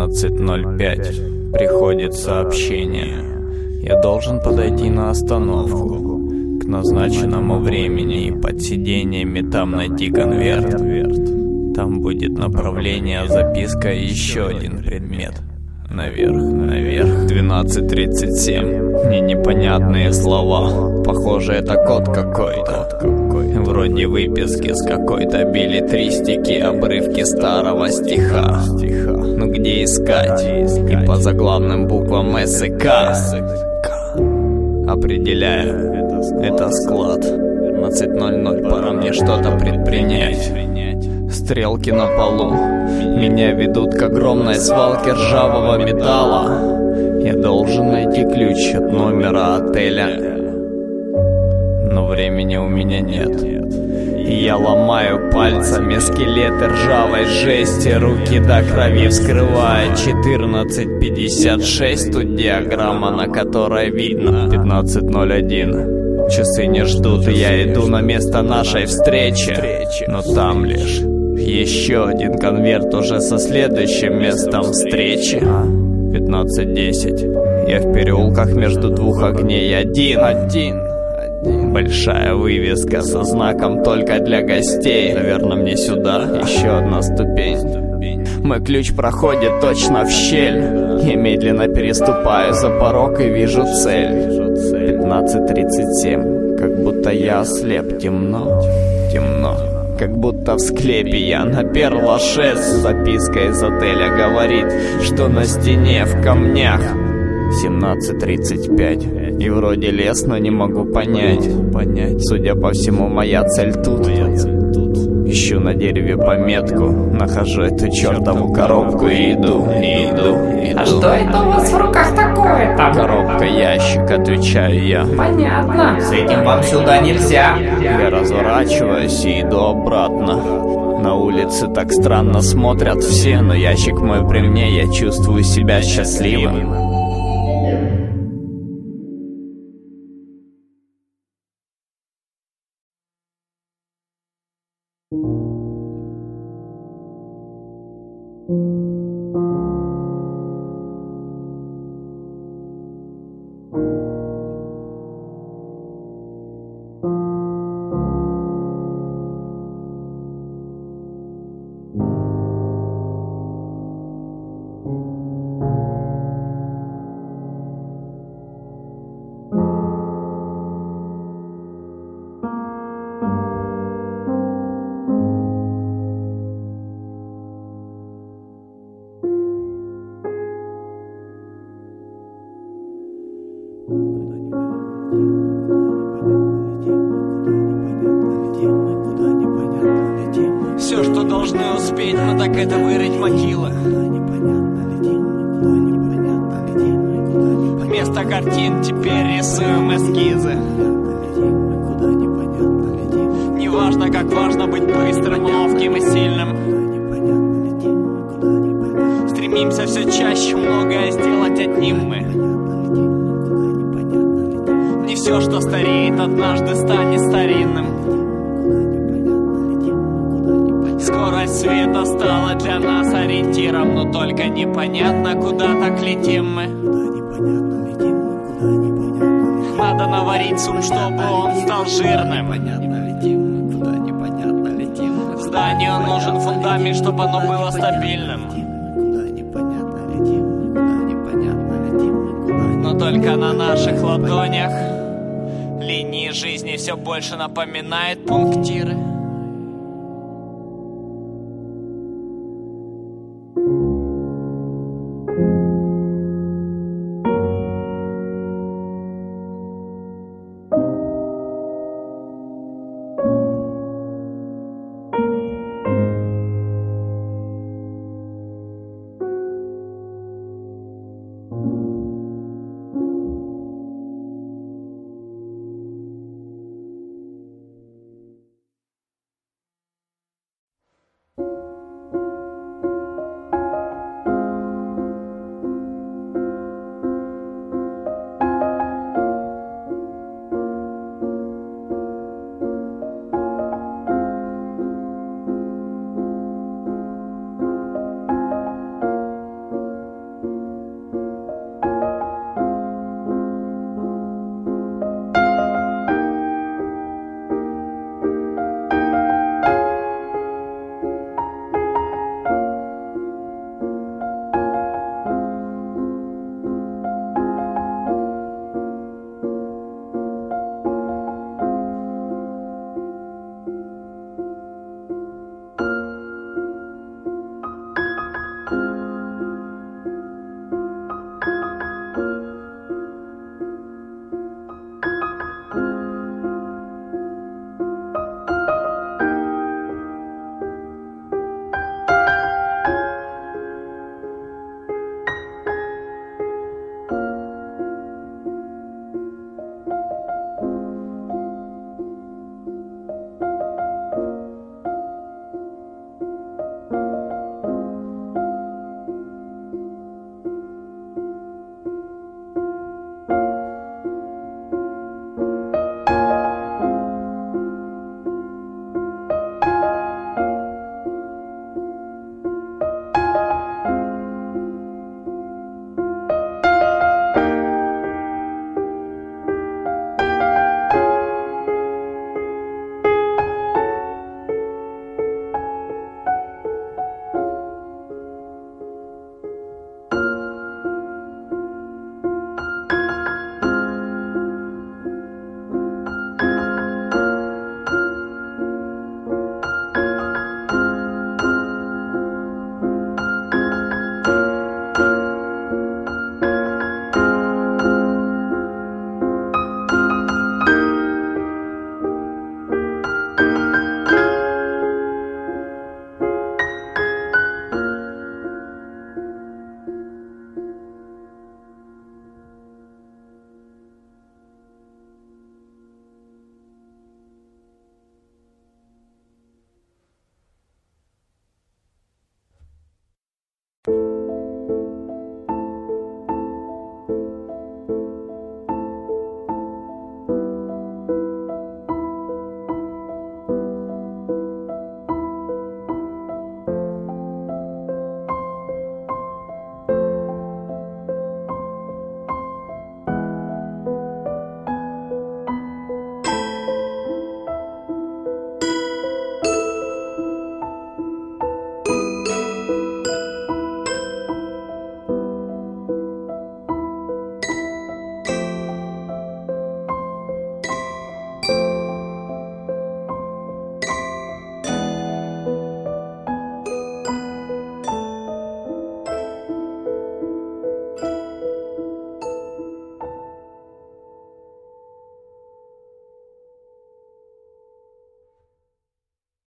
15:05. Приходит сообщение. Я должен подойти на остановку к назначенному времени и под сиденьями там найти конверт. Там будет направление, записка и еще один предмет. Наверх. 12:37. Мне непонятные слова. Похоже, это код какой-то. Вроде выписки с какой-то билетристики, обрывки старого стиха. Ну где искать? И по заглавным буквам С и К. Определяю. Это склад. 15:00. Пора мне что-то предпринять. Стрелки на полу меня ведут к огромной свалке ржавого металла. Я должен найти ключ от номера отеля, но времени у меня нет. И я ломаю пальцами скелеты ржавой жести, руки до крови вскрывая. 14:56, тут диаграмма, на которой видно 15:01. Часы не ждут, и я иду на место нашей встречи, но там лишь еще один конверт уже со следующим местом встречи. 15:10. Я в переулках между двух огней один. Большая вывеска со знаком «Только для гостей». Наверное, мне сюда. Еще одна ступень. Мой ключ проходит точно в щель. Я медленно переступаю за порог и вижу цель. 15:37. Как будто я ослеп. Темно. Как будто в склепе я на перлаше. Записка из отеля говорит, что на стене в камнях. 17:35. И вроде лес, но не могу понять. Судя по всему, моя цель тут. Ищу на дереве пометку, нахожу эту чертову коробку и иду. А что это у вас в руках такое-то? Коробка-ящик, отвечаю я. Понятно. С этим вам сюда нельзя. Я разворачиваюсь и иду обратно. На улице так странно смотрят все, но ящик мой при мне, я чувствую себя счастливым. Все, что должны успеть, но так это вырыть могилы. Вместо картин теперь рисуем эскизы. Неважно, как важно быть быстрым, ловким и сильным. Стремимся все чаще многое сделать одним мы. Не все, что стареет, однажды станет старинным. Скорость света стала для нас ориентиром, но только непонятно, куда так летим мы. Надо наварить суп, чтобы он стал жирным. Зданию нужен фундамент, чтобы оно было стабильным. Но только на наших ладонях линии жизни все больше напоминают пунктиры.